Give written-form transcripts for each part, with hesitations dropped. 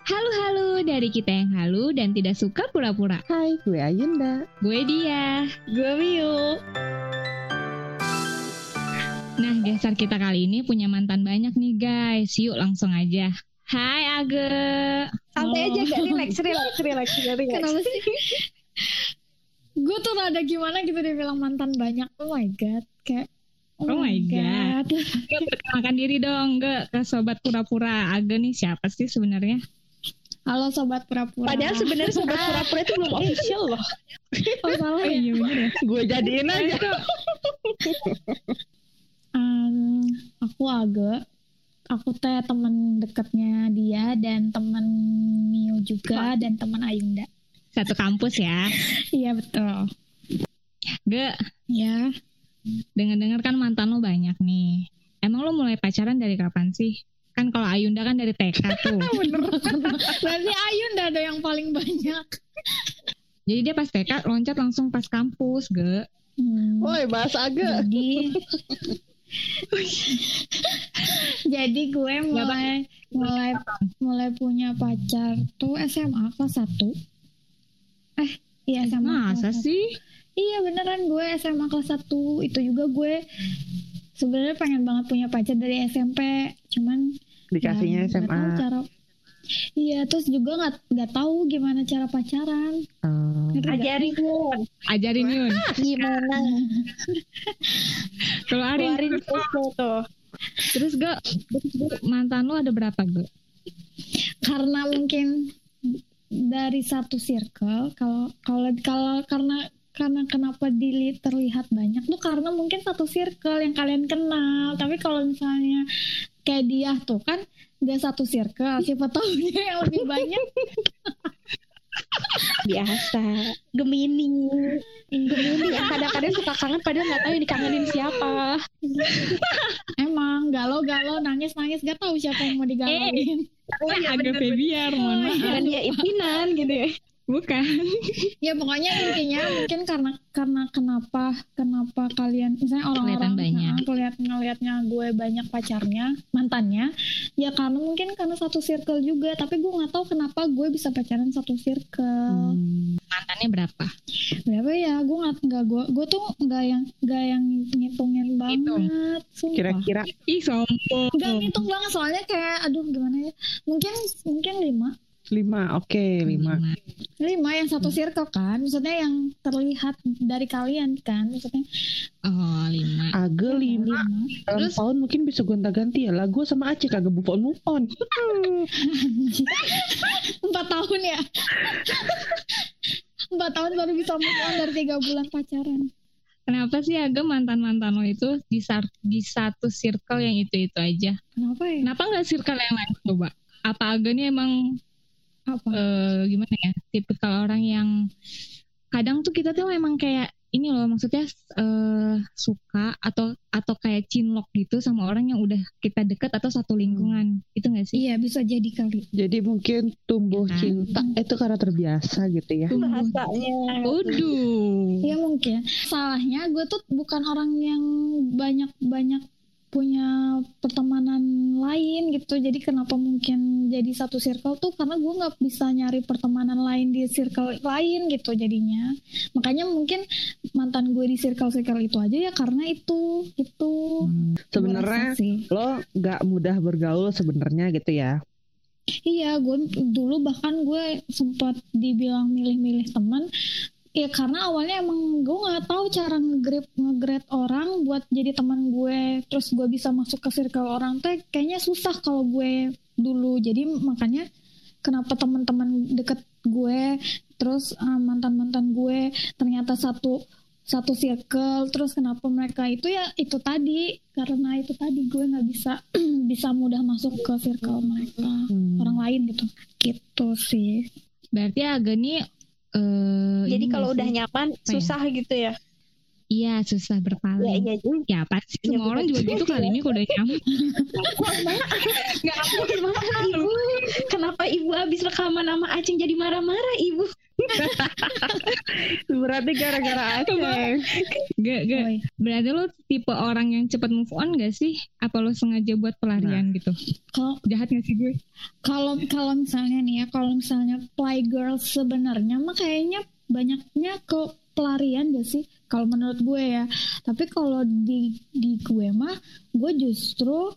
Halo dari kita yang halu dan tidak suka pura-pura. Hai, gue Ayunda. Gue Dia. Gue Miu. Nah, geser kita kali ini punya mantan banyak nih guys. Yuk langsung aja. Hai Age. Santai aja, gak relax. Kenapa sih? Gue tuh rada gimana gitu dia bilang mantan banyak. Oh my god, kayak Oh my god. Gak perkenalkan diri dong, gak ke sobat pura-pura. Age nih siapa sih sebenarnya? Halo sobat pura-pura. Padahal sebenarnya sobat pura-pura itu belum official loh. Oh salah ya. Iya bener ya. Gue jadiin aja. Aku Age. Aku teh teman dekatnya dia dan teman Miu juga dan teman Ayunda. Satu kampus ya. Iya betul. Ge, Ya. dengar-dengar kan mantan lo banyak nih. Emang lo mulai pacaran dari kapan sih? Kan kalau Ayunda kan dari TK tuh. Berarti Ayunda ada yang paling banyak. Jadi dia pas TK loncat langsung pas kampus, Ge. Woi, bahas agak. Jadi gue mulai punya pacar tuh SMA kelas 1. Iya SMA. Masa kelas 1. sih? Iya beneran gue SMA kelas 1. Itu juga gue sebenarnya pengen banget punya pacar dari SMP. Cuman Dikasihnya nggak SMA. tahu cara. Iya, terus juga nggak tahu gimana cara pacaran. Ngerti nggak? Ajarin Yun. Ajarin Yun. Gimana? Keluarin. Keluarin tuh. Terus Ge, mantan lo ada berapa Ge? Karena mungkin dari satu circle, karena kenapa terlihat banyak tuh karena mungkin satu circle yang kalian kenal. Tapi kalau misalnya kayak dia tuh kan gak satu circle, siapa tahu dia yang lebih banyak. Biasa. Gemini yang kadang-kadang suka kangen padahal gak tahu yang dikangenin siapa. Emang galau nangis gak tahu siapa yang mau digalauin. Agak Febiar, mohon maaf. Dan dia impinan gitu ya. Bukan. Ya pokoknya intinya mungkin karena kenapa kalian misalnya orang-orang ngelihatnya gue banyak pacarnya, mantannya, ya karena mungkin karena satu circle juga, tapi gue nggak tahu kenapa gue bisa pacaran satu circle. Mantannya berapa? Berapa ya? Gue tuh nggak yang ngitungin banget. Sumpah. Kira-kira Ih sombong. Nggak ngitung banget soalnya kayak aduh gimana ya? Mungkin 5. Oke, 5. 5 yang satu circle kan, maksudnya yang terlihat dari kalian kan, maksudnya. Oh 5. Agak 5. Dalam tahun mungkin bisa gonta-ganti ya. Lah gue sama Aceh kagak move on. 4 tahun ya. 4 tahun baru bisa move on dari 3 bulan pacaran. Kenapa sih Aga mantan-mantan lo itu di satu circle yang itu aja? Kenapa ya? Kenapa nggak circle yang lain coba? Apa Aga nih emang gimana ya? Tipikal orang yang kadang tuh kita tuh emang kayak ini loh, maksudnya suka atau kayak cinlok gitu sama orang yang udah kita deket atau satu lingkungan. Itu nggak sih? Iya bisa jadi kali. Jadi mungkin tumbuh cinta itu karena terbiasa gitu ya. Bahasanya. Waduh. Iya mungkin. Salahnya gue tuh bukan orang yang banyak punya pertemanan lain gitu. Jadi kenapa mungkin jadi satu circle tuh karena gue nggak bisa nyari pertemanan lain di circle lain gitu jadinya. Makanya mungkin mantan gue di circle itu aja ya karena itu. Sebenarnya lo nggak mudah bergaul sebenarnya gitu ya. Iya, gue dulu bahkan gue sempat dibilang milih-milih teman. Ya karena awalnya emang gue nggak tahu cara nge-grade orang buat jadi teman gue, terus gue bisa masuk ke circle orang tuh kayaknya susah kalau gue dulu. Jadi makanya kenapa teman-teman deket gue, terus mantan gue ternyata satu circle, terus kenapa mereka itu ya itu tadi karena itu tadi gue nggak bisa mudah masuk ke circle mereka orang lain gitu sih. Berarti Aga nih Jadi kalau udah nyaman susah gitu ya. Iya susah berpaling. Iya juga. Ya pasti semua orang juga gitu kali ini kalau udah nyaman. Gak mungkin banget ibu. Kenapa ibu abis rekaman sama Aceng jadi marah-marah ibu? Berarti gara-gara Aceh. Gak. Woi. Berarti lo tipe orang yang cepat move on gak sih? Apa lo sengaja buat pelarian gitu? Kalau Jahat gak sih gue? kalau misalnya nih ya, kalau misalnya playgirl sebenarnya mah kayaknya banyaknya ke pelarian gak sih? Kalau menurut gue ya. Tapi kalau di gue mah, gue justru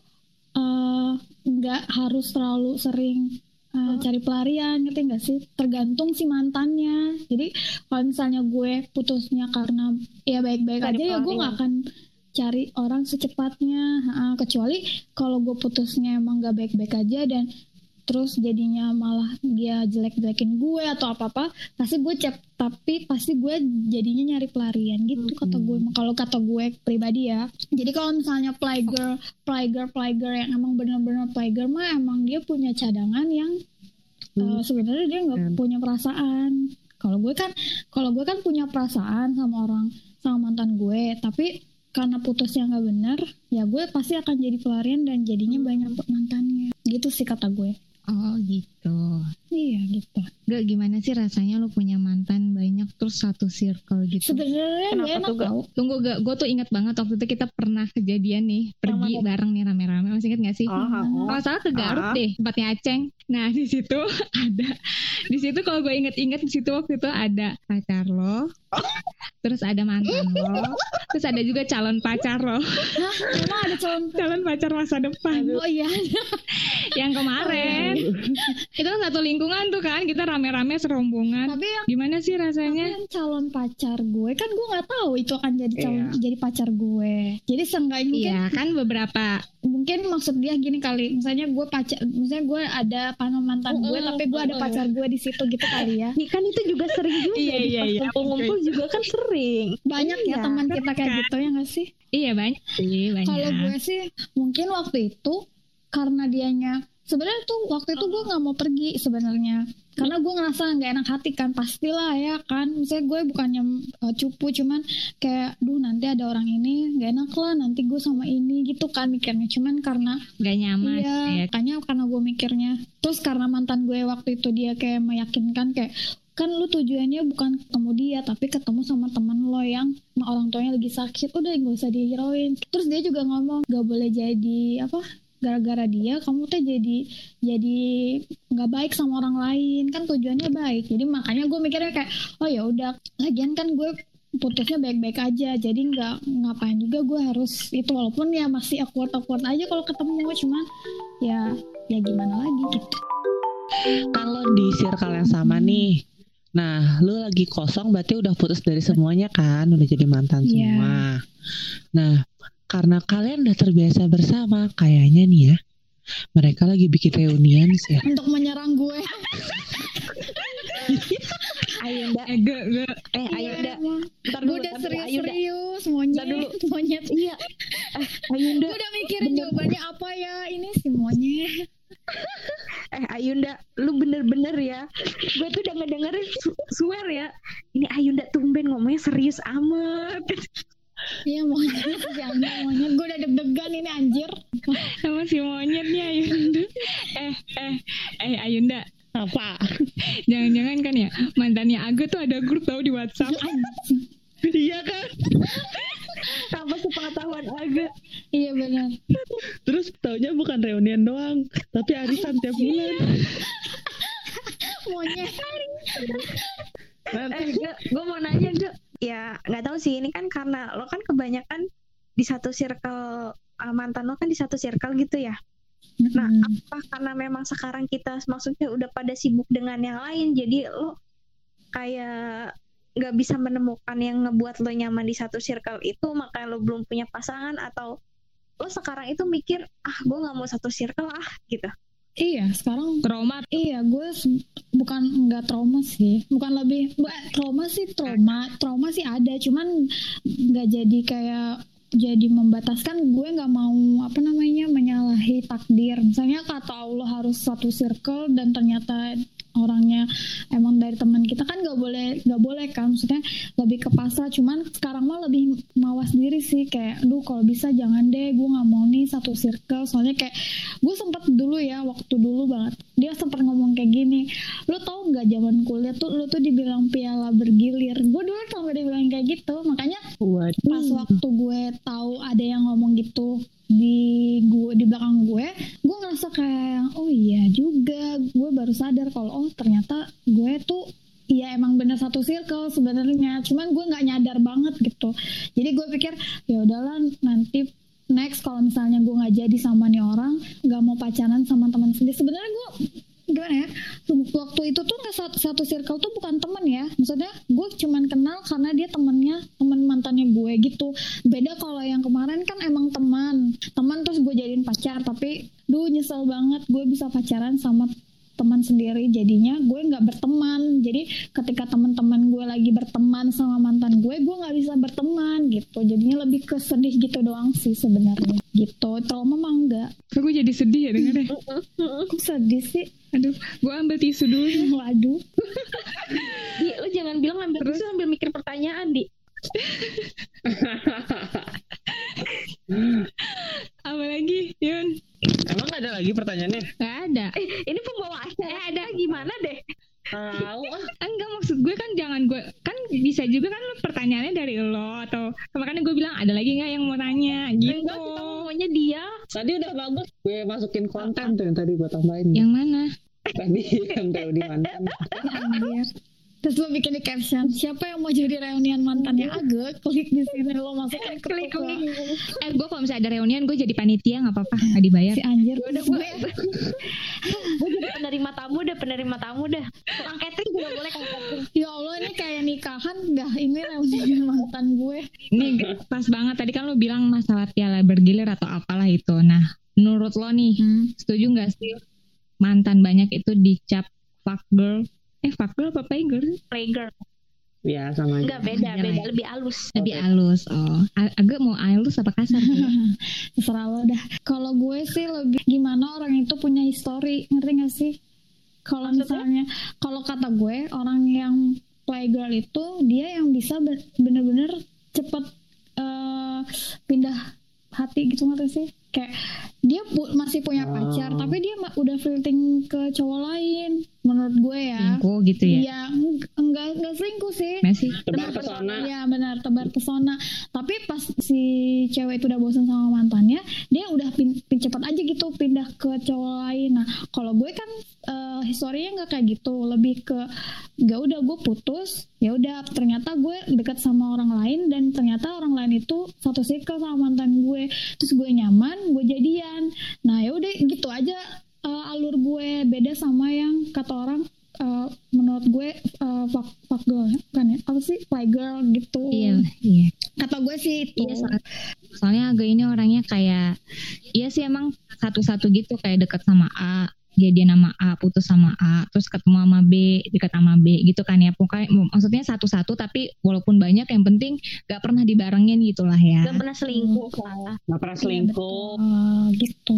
nggak harus terlalu sering cari pelarian, ngerti gak sih? Tergantung si mantannya. Jadi kalau misalnya gue putusnya karena ya baik-baik Cari aja, ya gue pelarian. nggak akan cari orang secepatnya. Kecuali kalau gue putusnya emang gak baik-baik aja dan terus jadinya malah dia jelek-jelekin gue atau apa-apa, pasti gue chat, tapi pasti gue jadinya nyari pelarian gitu kata gue. Kalau kata gue pribadi ya. Jadi kalau misalnya playgirl yang emang benar-benar playgirl mah emang dia punya cadangan yang sebenarnya dia nggak punya perasaan. Kalau gue kan punya perasaan sama mantan gue, tapi karena putusnya nggak benar, ya gue pasti akan jadi pelarian dan jadinya banyak mantannya. Gitu sih kata gue. Oh gitu. Iya gitu. Gak, gimana sih rasanya lo punya mantan banyak terus satu circle gitu? Sebenarnya Kenapa gak enak tuh, Gak? tau. Tunggu gak, gue tuh ingat banget waktu itu kita pernah kejadian nih, pergi bareng nih rame-rame, masih ingat gak sih? Kalau salah ke Garut deh, tempatnya Aceng. Nah di situ kalau gue inget-inget di situ waktu itu ada pacar lo, terus ada mantan lo, terus ada juga calon pacar lo, Hah? Emang ada calon pacar masa depan Oh iya. yang kemarin. Itu kan satu lingkungan tuh kan, kita rame-rame serombongan. Tapi yang Gimana sih rasanya? calon pacar gue kan gue nggak tahu itu akan jadi jadi pacar gue. Jadi seenggaknya Iya kan beberapa. mungkin maksud dia gini kali, misalnya gue ada mantan gue, tapi gue ada pacar gue di situ gitu kali ya. Kan itu juga sering juga. Iya. Ngumpul juga kan sering. Banyak ya teman kita kayak gitu ya nggak sih? Iya banyak sih, banyak. Kalau gue sih mungkin waktu itu karena dianya sebenarnya tuh waktu itu gue nggak mau pergi sebenarnya karena gue ngerasa nggak enak hati kan, pastilah ya kan. Misalnya gue bukannya cupu, cuman kayak nanti ada orang ini nggak enak lah, nanti gue sama ini gitu kan mikirnya. Cuman karena Gak nyaman. iya, makanya karena gue mikirnya, terus karena mantan gue waktu itu dia kayak meyakinkan kayak kan lu tujuannya bukan ketemu dia tapi ketemu sama teman lo yang orang tuanya lagi sakit, udah gak usah dihirauin. Terus dia juga ngomong gak boleh jadi apa, gara-gara dia kamu tuh jadi nggak baik sama orang lain, kan tujuannya baik. Jadi makanya gue mikirnya kayak oh ya udah, lagian kan gue putusnya baik-baik aja, jadi nggak ngapain juga gue harus itu, walaupun ya masih awkward aja kalau ketemu, cuman ya gimana lagi gitu. Kalau di circle yang sama nih, nah lu lagi kosong berarti udah putus dari semuanya kan, udah jadi mantan semua. Nah karena kalian udah terbiasa bersama, kayaknya nih ya mereka lagi bikin reunian sih ya. Untuk menyerang gue. Ayunda. Ayunda. Ntar Gue dulu. udah Ayunda. serius monyet. Iya. Ayunda. Gue udah mikirin jawabannya apa ya ini si monyet. Ayunda, lu bener-bener ya. Gue tuh udah ngedengerin swear ya. Ini Ayunda tumben ngomongnya serius amat. Iya monyet. Gue udah deg-degan ini anjir. Sama si monyetnya Ayunda. Ayunda. Apa? Jangan-jangan kan ya mantannya Aga tuh ada grup tahu di WhatsApp. Iya kan? Tanpa sepengetahuan Aga. Iya benar. Terus taunya bukan reunian doang, tapi arisan tiap bulan. Monyet. Gue mau nanya Ga. Ya nggak tahu sih, ini kan karena lo kan kebanyakan di satu circle, mantan lo kan di satu circle gitu ya. Nah apa karena memang sekarang kita maksudnya udah pada sibuk dengan yang lain, jadi lo kayak nggak bisa menemukan yang ngebuat lo nyaman di satu circle itu, makanya lo belum punya pasangan, atau lo sekarang itu mikir gue nggak mau satu circle gitu. Iya sekarang Trauma. Iya gue bukan nggak trauma sih, bukan lebih trauma sih ada, cuman nggak jadi kayak jadi membataskan. Gue nggak mau menyalahi takdir. Misalnya kata Allah harus satu circle dan ternyata orangnya emang dari teman kita, kan nggak boleh kan, maksudnya lebih ke pasrah. Cuman sekarang mah lebih mawas diri sih, kayak kalau bisa jangan deh, gue nggak mau nih satu circle. Soalnya kayak gue sempat dulu ya, waktu dulu banget dia sempat ngomong kayak gini, lo tau nggak zaman kuliah tuh lo tuh dibilang oh ternyata gue tuh ya emang bener satu circle sebenarnya, cuman gue nggak nyadar banget gitu. Jadi gue pikir ya udahlah, nanti next kalau misalnya gue nggak jadi sama nih orang, nggak mau pacaran sama teman sendiri. Sebenarnya gue gimana ya, waktu itu tuh nggak satu circle tuh bukan teman ya, maksudnya gue cuman kenal karena dia teman mantannya gue gitu. Beda kalau yang kemarin kan emang teman terus gue jadiin pacar, tapi nyesel banget gue bisa pacaran sama teman sendiri, jadinya gue nggak berteman. Jadi ketika teman-teman gue lagi berteman sama mantan gue nggak bisa berteman gitu, jadinya lebih ke sedih gitu doang sih sebenarnya gitu. Trauma mah enggak. Kok gue jadi sedih ya dengarnya. Kok sedih sih? Aduh, gue ambil tisu dulu. Waduh. Di, lu jangan bilang ambil tisu sambil mikir pertanyaan, Di. Apa lagi, Yun? Emang ada lagi pertanyaannya? Gak ada. Ini pembawaannya ada gimana deh? Tahu Enggak, maksud gue kan jangan gue, kan bisa juga kan pertanyaannya dari lo, atau makanya gue bilang ada lagi nggak yang mau tanya gitu. Enggak, kita maunya dia. Tadi udah bagus, gue masukin konten tuh yang tadi gue tambahin. Yang mana? Tadi yang reuni mantan. Terus lo bikin di caption, siapa yang mau jadi reunian mantannya Age, klik di sini, lo masukin ke Klik. Gue kalau misalnya ada reunian gue jadi panitia nggak apa-apa, nggak dibayar. si anjir. Udah gue jadi penerima tamu dah. Tukang catering juga boleh kalau catering. Ya Allah, ini kayak nikahan dah, ini reunian mantan gue. Ini pas banget tadi kan lo bilang masalah piala bergilir atau apalah itu. Nah, menurut lo nih, setuju nggak sih mantan banyak itu dicap fuck girl? Fuck girl apa Playgirl. Ya sama aja. Enggak, beda, lebih halus. lebih halus. Oh, agak mau halus apa kasar? Terserah lo dah. Kalau gue sih lebih gimana orang itu punya histori, ngerti gak sih? Kalau misalnya, kalau kata gue, orang yang playgirl itu dia yang bisa bener-bener cepet pindah hati gitu, ngerti sih? Kayak dia masih punya pacar, tapi dia udah flirting ke cowok lain. Menurut gue ya. Selingkuh gitu ya? Iya, enggak selingkuh sih. Masih Tebar pesona. Iya benar, tebar pesona. Tapi pas si cewek itu udah bosan sama mantannya, dia udah cepat aja gitu pindah ke cowok lain. Nah, kalau gue kan historinya nggak kayak gitu, lebih ke gak udah gue putus, ya udah ternyata gue dekat sama orang lain dan ternyata orang lain itu satu circle sama mantan gue, terus gue nyaman, gue jadian. Nah ya udah gitu aja. Alur gue beda sama yang kata orang menurut gue fuck girl kan ya, apa sih, playgirl gitu. Iya. Kata gue sih itu. Iya, soalnya agak ini orangnya kayak, iya sih emang satu-satu gitu, kayak dekat sama A, jadian sama A, putus sama A, terus ketemu sama B, dekat sama B gitu kan ya. Pokoknya maksudnya satu-satu, tapi walaupun banyak yang penting gak pernah dibarengin gitulah ya. Gak pernah selingkuh lah. Gak pernah selingkuh. Gitu.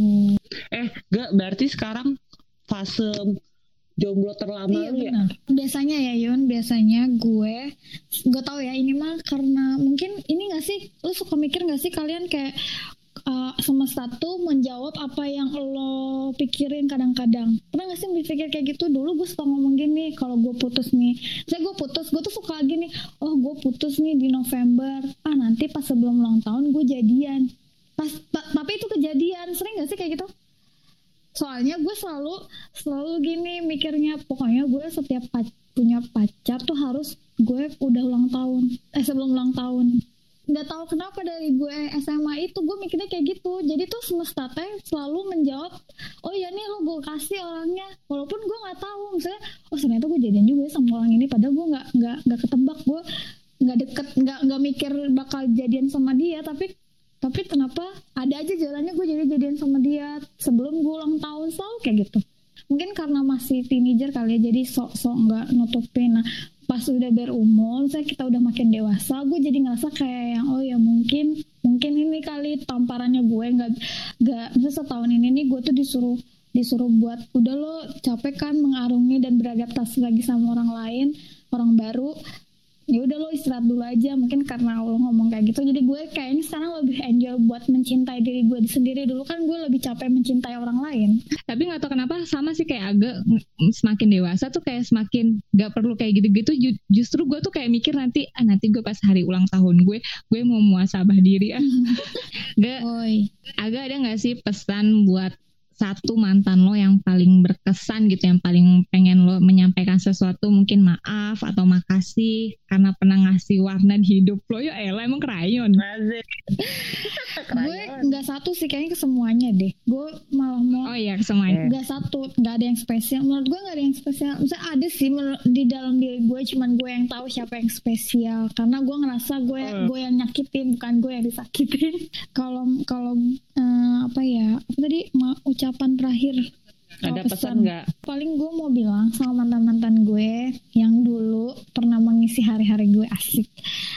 Gak berarti sekarang fase jomblo terlama Iya lu ya? benar. Biasanya ya Yun, biasanya gue tahu ya, ini mah karena mungkin ini nggak sih, lu suka mikir nggak sih kalian kayak semesta tuh menjawab apa yang lo pikirin kadang-kadang. Pernah nggak sih berpikir kayak gitu? Dulu gue suka ngomong gini, kalau gue putus nih, gue tuh suka gini, oh gue putus nih di November, nanti pas sebelum ulang tahun gue jadian. Tapi itu kejadian. Sering nggak sih kayak gitu? Soalnya gue selalu gini mikirnya, pokoknya gue setiap punya pacar tuh harus gue udah ulang tahun, sebelum ulang tahun. Nggak tahu kenapa dari gue SMA itu gue mikirnya kayak gitu. Jadi tuh semesta teh selalu menjawab, oh ya nih lo gue kasih orangnya, walaupun gue nggak tahu, misalnya oh ternyata gue jadian juga sama orang ini, padahal gue nggak ketebak, gue nggak deket, nggak mikir bakal jadian sama dia, tapi kenapa ada aja jalannya gue jadian sama dia sebelum gue ulang tahun, selalu kayak gitu. Mungkin karena masih teenager kali ya, jadi sok-sok nggak nutupin. Nah pas udah berumur, kita udah makin dewasa, gue jadi ngerasa kayak yang oh ya mungkin ini kali tamparannya gue nggak misalnya setahun ini nih gue tuh disuruh buat udah lo capek kan mengarungi dan beradaptasi lagi sama orang lain, orang baru. Ya udah lo istirahat dulu aja, mungkin karena lo ngomong kayak gitu, jadi gue kayaknya sekarang lebih enjoy buat mencintai diri gue sendiri. Dulu kan gue lebih capek mencintai orang lain. Tapi nggak tahu kenapa sama sih, kayak agak semakin dewasa tuh kayak semakin nggak perlu kayak gitu-gitu. Justru gue tuh kayak mikir nanti gue pas hari ulang tahun gue mau muasabah diri. Agak ada nggak sih pesan buat satu mantan lo yang paling berkesan gitu, yang paling pengen lo menyampaikan sesuatu, mungkin maaf atau makasih karena pernah ngasih warna di hidup lo. Ya elah, emang krayon. Gue nggak satu sih, kayaknya ke semuanya deh. Gue malah mau. Oh iya, ke semuanya. Nggak satu, nggak ada yang spesial. Menurut gue nggak ada yang spesial. Misalnya ada sih di dalam diri gue, cuman gue yang tahu siapa yang spesial. Karena gue ngerasa gue yang nyakitin, bukan gue yang disakitin. Kalau apa tadi ucapan terakhir, ada pesan nggak? Paling gue mau bilang sama mantan gue yang dulu pernah mengisi hari-hari gue asik.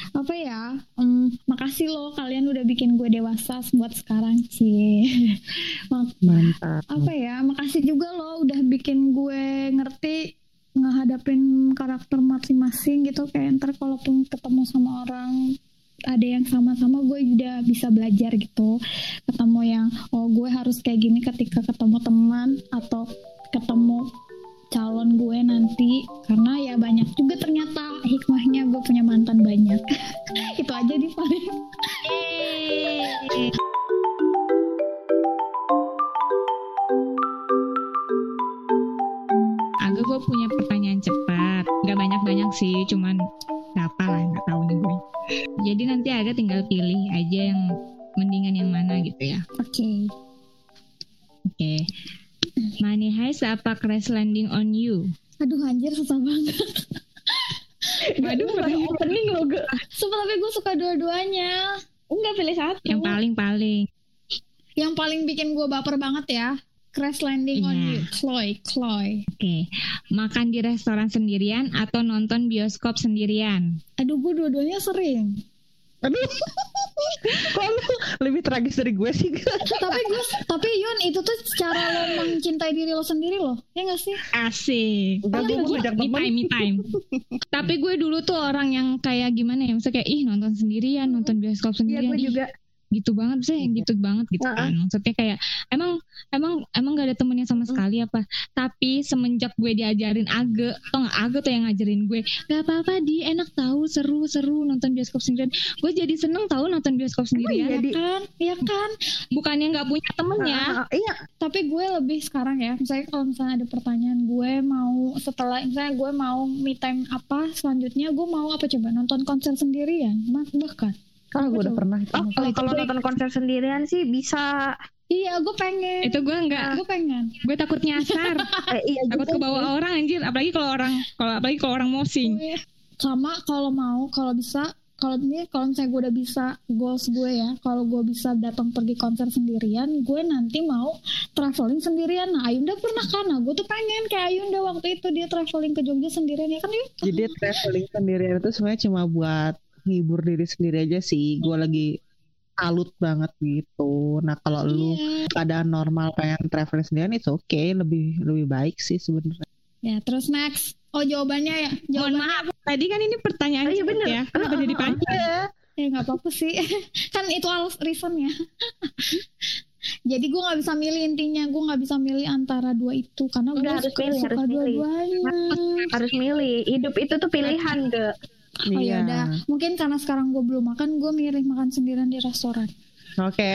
Makasih loh, kalian udah bikin gue dewasa buat sekarang, cie. Mantap. Makasih juga loh udah bikin gue ngerti ngehadapin karakter masing-masing gitu. Kayak ntar kalaupun ketemu sama orang ada yang sama-sama, gue udah bisa belajar gitu. Ketemu yang gue harus kayak gini ketika ketemu teman atau ketemu calon gue nanti. Karena ya banyak juga ternyata hikmahnya gue punya mantan banyak. Itu aja di paling. Agak gue punya pertanyaan cepat, nggak banyak-banyak sih, cuman berapa lah, nggak tahu nih gue. Jadi nanti Aga tinggal pilih aja yang mendingan yang mana gitu ya. Oke. Money Heist apa Crash Landing on You? Aduh anjir, susah banget. Waduh, opening loh gue. Tapi gue suka dua-duanya. Enggak, pilih satu. Yang paling. Yang paling bikin gue baper banget ya, Crash Landing on You. Chloe. Oke. Makan di restoran sendirian atau nonton bioskop sendirian? Aduh, gue dua-duanya sering. Aduh, kok lu lebih tragis dari gue sih? tapi Yun, itu tuh cara lo mencintai diri lo sendiri loh, ya nggak sih? Asik. Tapi gue ajak me time. Tapi gue dulu tuh orang yang kayak gimana ya, maksudnya kayak nonton sendirian, nonton bioskop sendirian. Iya, gue juga. Gitu banget sih, gitu banget gitu kan. Maksudnya kayak emang gak ada temennya sama sekali apa. Tapi semenjak gue diajarin Age tuh yang ngajarin gue, gak apa-apa enak tahu, seru nonton bioskop sendirian. Gue jadi seneng tahu nonton bioskop sendirian. Iya kan? Bukannya gak punya temennya. Iya. Tapi gue lebih sekarang ya, misalnya kalau misalnya ada pertanyaan, gue mau setelah misalnya gue mau me time apa selanjutnya, gue mau apa coba, nonton konser sendirian bahkan. Gue udah pernah. Kalau nonton konser sendirian sih bisa. Iya, gue pengen. Itu gue enggak. Gue pengen. Gue takut nyasar. Iya, takut kebawa orang anjir. Apalagi kalau orang mosing. Sama kalau bisa. Kalau misalnya gue udah bisa goals gue ya. Kalau gue bisa datang pergi konser sendirian, gue nanti mau traveling sendirian. Nah, Ayunda pernah kan? Nah, gue tuh pengen kayak Ayunda waktu itu, dia traveling ke Jogja sendirian ya kan, Yun? Jadi traveling sendirian itu sebenarnya cuma buat ngibur diri sendiri aja sih. Gue lagi alut banget gitu. Nah kalau lu keadaan normal pengen traveling sendirian, itu oke, lebih baik sih sebenarnya. Ya terus next. Jawabannya ya. Mohon maaf, tadi kan ini pertanyaan bener ya. Kenapa jadi panjang? Ya nggak apa-apa sih. Kan itu reason ya. Jadi gue nggak bisa milih, intinya gue nggak bisa milih antara dua itu karena gue suka dua-duanya. Harus milih. Hidup itu tuh pilihan ke. Ya udah, mungkin karena sekarang gue belum makan, gue milih makan sendirian di restoran. Oke.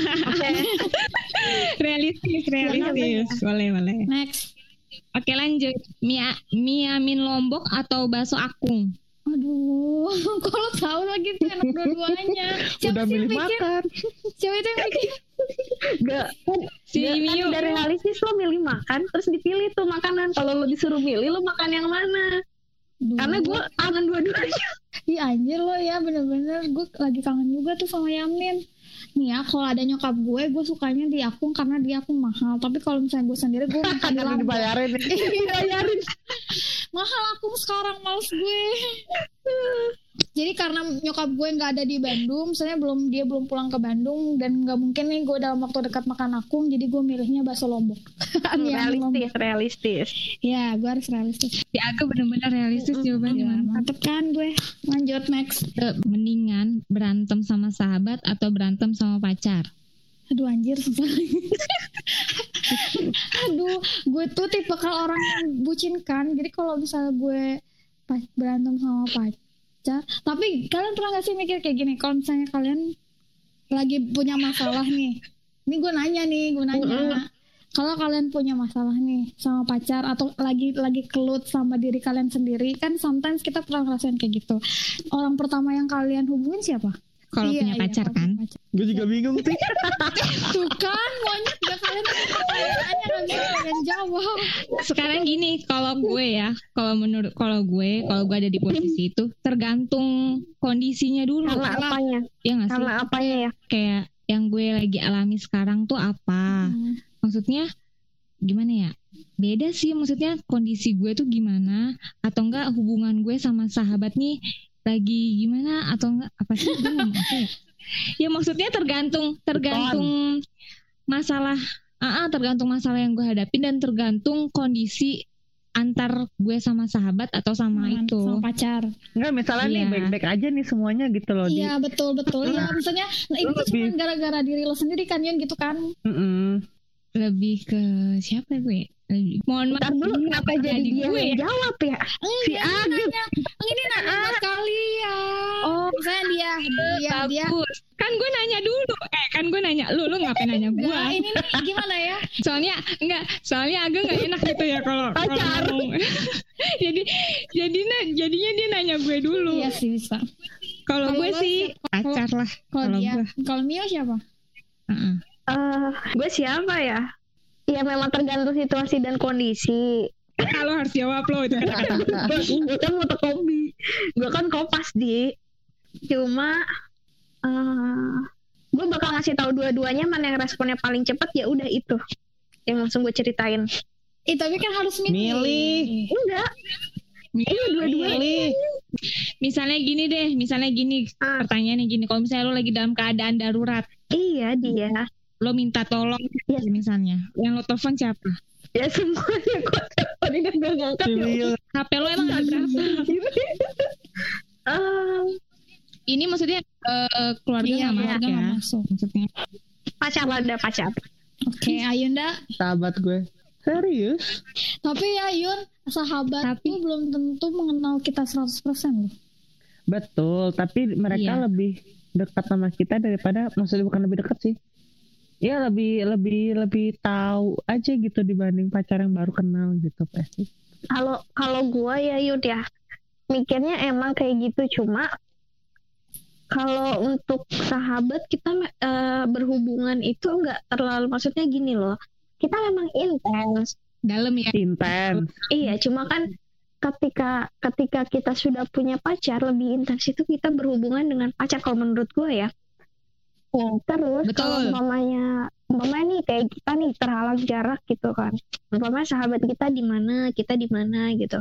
Realistis. Boleh. Next. Oke, lanjut. Mie Amin Lombok atau bakso Akung? Aduh, kalau tahu lagi tuh enak dua-duanya. Udah milih makan. Siapa itu yang bikin? Gak kan udah realistis, lo milih makan terus dipilih tuh makanan. Kalau lo disuruh milih, lo makan yang mana? Karena gue kangen dua-duanya. Iya anjir lo ya, bener-bener gue lagi kangen juga tuh sama Yamin. Nih ya, kalau ada nyokap gue sukanya di Akung karena di Akung mahal. Tapi kalau misalnya gue sendiri, gue makan di Lombok. Dibayarin. Mahal Akung sekarang, males gue. Jadi karena nyokap gue nggak ada di Bandung, misalnya dia belum pulang ke Bandung dan nggak mungkin nih gue dalam waktu dekat makan Akung, jadi gue milihnya bakso Lombok. realistis. Ya, gue harus realistis. Ya, aku benar-benar realistis jawabannya. Mantep kan gue. Lanjut next. Mendingan berantem sama sahabat atau berantem sama pacar? Aduh anjir, susah. Aduh, gue tuh tipe orang yang bucin kan. Jadi kalau misalnya gue berantem sama pacar, tapi kalian pernah gak sih mikir kayak gini, kalau misalnya kalian lagi punya masalah nih, ini gue nanya kalau kalian punya masalah nih sama pacar atau lagi kelut sama diri kalian sendiri, kan sometimes kita pernah ngerasain kayak gitu. Orang pertama yang kalian hubungin siapa? Kalau punya pacar kan? Gue juga bingung sih. Tuh kan, monyet gak kalian tanya kan kalian jawab. Sekarang gini, kalau gue gue ada di posisi itu tergantung kondisinya dulu. Karena apanya? Ya nggak sih? Karena apanya ya? Kayak yang gue lagi alami sekarang tuh apa? Maksudnya gimana ya? Beda sih, maksudnya kondisi gue tuh gimana? Atau enggak hubungan gue sama sahabat nih lagi gimana? Atau enggak apa sih? Gue ngomong apa ya? Ya maksudnya tergantung masalah. Tergantung masalah yang gue hadapin dan tergantung kondisi antar gue sama sahabat atau sama itu sama pacar. Enggak, misalnya nih baik-baik aja nih semuanya gitu loh. Iya betul. Ya maksudnya itu cuma gara-gara diri lo sendiri kan Yun gitu kan. Lebih ke siapa gue? Mohon maaf dulu kenapa jadi dia gue yang jawab ya? Si Ageng. Ini nanya buat kalian. Oh, misalnya dia. Kan gue nanya dulu. Kan gue nanya lu ngapain nanya gue? Ini nih gimana ya? Soalnya Ageng nggak enak gitu ya kalau ngomong. Jadinya dia nanya gue dulu. Iya sih bisa. Kalau gue sih pacar lah. Kalau Mio siapa? Gue siapa ya? Ya memang tergantung situasi dan kondisi. Kalau harus jawab lo itu kan. Gue kan fotokopi. Gue kan kopas di. Cuma gue bakal ngasih tahu dua-duanya mana yang responnya paling cepet, ya udah itu yang langsung gue ceritain. Tapi kan harus milih. Enggak. Iya dua-duanya. Misalnya gini, pertanyaannya gini, kalau misalnya lo lagi dalam keadaan darurat. Iya dia. Lo minta tolong misalnya, yang lo telepon siapa? Ya semuanya kok telepon ini gak ngangkat ya. HP lo emang ada berapa? Ini maksudnya keluarga nggak masuk ya? Maksudnya pacar. Oke, Ayunda. Sahabat gue. Serius? Tapi ya Yun, sahabat tuh belum tentu mengenal kita 100% loh. Betul, tapi mereka lebih dekat sama kita daripada, maksudnya bukan lebih dekat sih. Ya lebih tahu aja gitu dibanding pacar yang baru kenal gitu pasti. Kalau gue ya Yud ya, mikirnya emang kayak gitu, cuma kalau untuk sahabat kita berhubungan itu nggak terlalu, maksudnya gini loh, kita memang intens dalam ya. Intens. Iya, cuma kan ketika kita sudah punya pacar, lebih intens itu kita berhubungan dengan pacar kalau menurut gue ya. Terus kalau umpamanya nih kayak kita nih terhalang jarak gitu kan, umpamanya sahabat kita di mana, kita di mana gitu,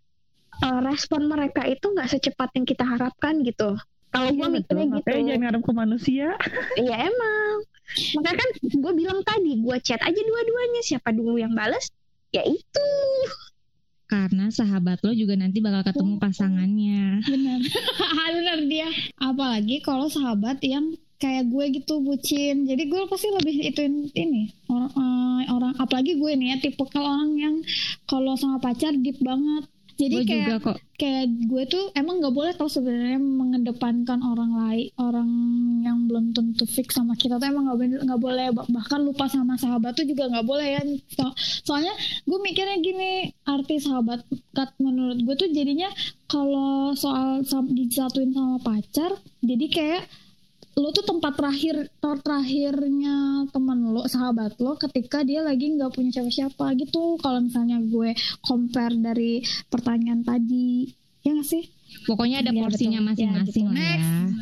respon mereka itu nggak secepat yang kita harapkan gitu. Kalau gue mikirnya gitu. Makanya jangan ngarep ke manusia. Iya emang. Makanya kan gue bilang tadi, gue chat aja dua-duanya, siapa dulu yang balas, ya itu. Karena sahabat lo juga nanti bakal ketemu pasangannya. Benar dia. Apalagi kalau sahabat yang kayak gue gitu bucin, jadi gue pasti lebih ituin ini orang apalagi gue nih ya tipe kalau orang yang kalau sama pacar deep banget. Jadi kayak gue tuh emang nggak boleh tau sebenarnya mengedepankan orang lain, orang yang belum tentu fix sama kita tuh emang nggak boleh, bahkan lupa sama sahabat tuh juga nggak boleh ya. Soalnya gue mikirnya gini, arti sahabat menurut gue tuh jadinya kalau soal disatuin sama pacar, jadi kayak lo tuh tempat terakhirnya teman lo, sahabat lo ketika dia lagi nggak punya siapa-siapa gitu. Kalau misalnya gue compare dari pertanyaan tadi, ya nggak sih? Pokoknya ada porsinya masing-masing ya.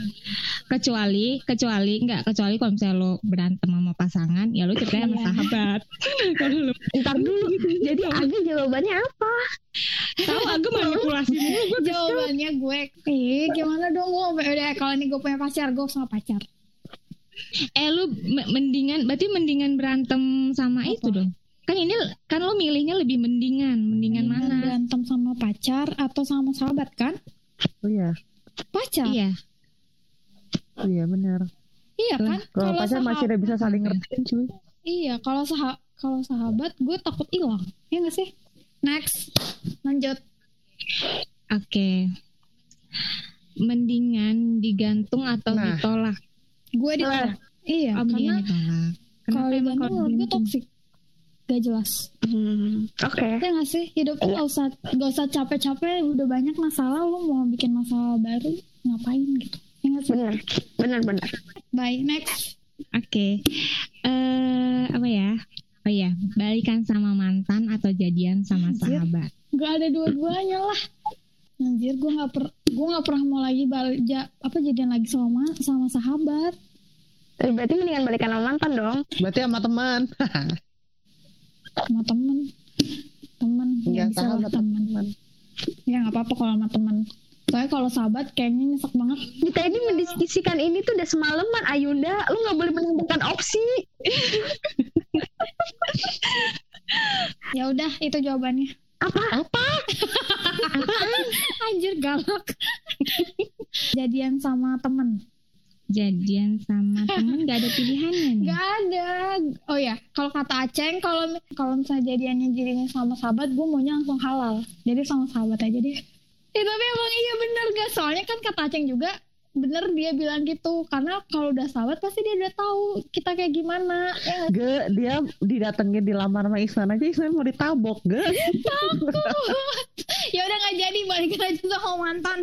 Kecuali kalau misalnya lo berantem sama pasangan, ya lo ceritanya sama sahabat. Kalau lo ntar dulu gitu. Jadi Ageng jawabannya apa? Tahu Ageng manipulasi dulu. Jawabannya gue, gimana dong gue? Udah kalau ini gue punya pacar, gue sama pacar. Lu mendingan berantem sama apa? Itu dong. Kan lo milihnya lebih mendingan mana? Berantem sama pacar atau sama sahabat kan? Oh iya. Pacar. Iya. Oh iya benar. Iya kan? Kalau pacar masih ada bisa saling ngertiin cuy. Iya, kalau sahabat gue takut hilang. Iya nggak sih? Next, lanjut. Oke. Mendingan digantung atau ditolak? Gue ditolak. Iya, karena kalau digantung menurut gue toksik. gak jelas. Oke. Ya nggak sih, hidup tuh nggak usah capek-capek, udah banyak masalah, lu mau bikin masalah baru ngapain gitu. Ya nggak sih? Benar. Bye, next. Oke. Apa ya? Oh ya, balikan sama mantan atau jadian sama Anjir. sahabat. Gak ada dua-duanya lah. Anjir, gue nggak pernah mau lagi jadian lagi sama sahabat. Berarti mendingan balikan sama mantan dong. Berarti sama teman. Sama temen Enggak, bisa sahabat lah, temen. teman. Ya nggak apa-apa kalau sama temen. Soalnya kalau sahabat kayaknya nyesek banget. Kita ini mendiskusikan ini tuh udah semalaman, Ayunda. Lu nggak boleh menentukan opsi. Ya udah, itu jawabannya. Apa? Anjir, galak. Jadian sama temen. Jadian sama temen gak ada pilihannya nih. Gak ada. Oh ya, kalau kata Aceng, kalau misalnya jadinya sama sahabat, gue maunya langsung halal. Jadi sama sahabat aja deh. Tapi emang iya bener gak? Soalnya kan kata Aceng juga bener, dia bilang gitu. Karena kalau udah sahabat pasti dia udah tahu kita kayak gimana. Ya Ge, dia didatengin dilamar sama Ihsan aja, Ihsan mau ditabok, Ge. takut. Ya udah nggak jadi, balikin aja sama mantan.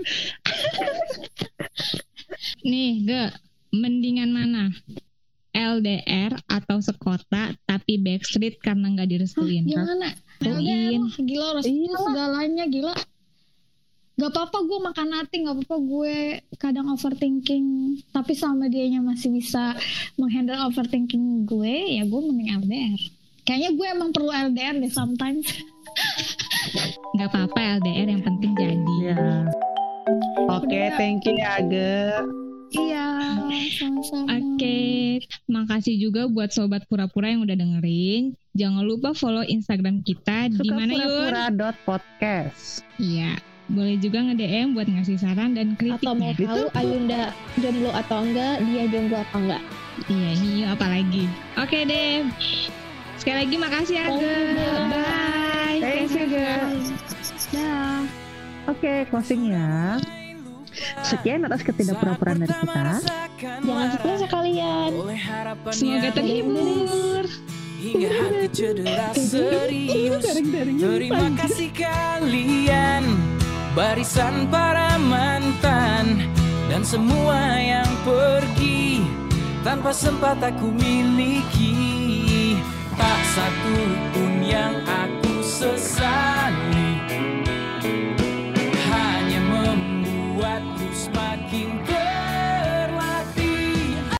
Nih, mendingan mana? LDR atau sekota tapi backstreet karena gak direstuin? Gimana? LDR, gila, restu segalanya, gila. Gak apa-apa gue makan hati, gak apa-apa gue kadang overthinking, tapi sama dianya masih bisa menghandle overthinking gue, ya gue mending LDR. Kayaknya gue emang perlu LDR deh sometimes. Gak apa-apa LDR, yang penting jadi. Ya. Oke, thank you ya, Ge. Iya, sama-sama. Oke, makasih juga buat sobat pura-pura yang udah dengerin. Jangan lupa follow Instagram kita di mana Yun? Sukapura.podcast. Iya, boleh juga nge-DM buat ngasih saran dan kritik. Atau mau tahu Ayunda jomblo atau enggak, dia jomblo apa enggak? Iya, ini apalagi. Oke deh. Sekali lagi makasih ya, Ge. Bye. Thank you, Ge. Dah. Oke, closing ya. Sekian atas ketidakpura-puraan dari kita. Jangan stres sekalian. Semoga terhibur. Hingga hati cedera serius. Terima kasih kalian, barisan para mantan, dan semua yang pergi tanpa sempat aku miliki. Tak satu pun yang aku sesali.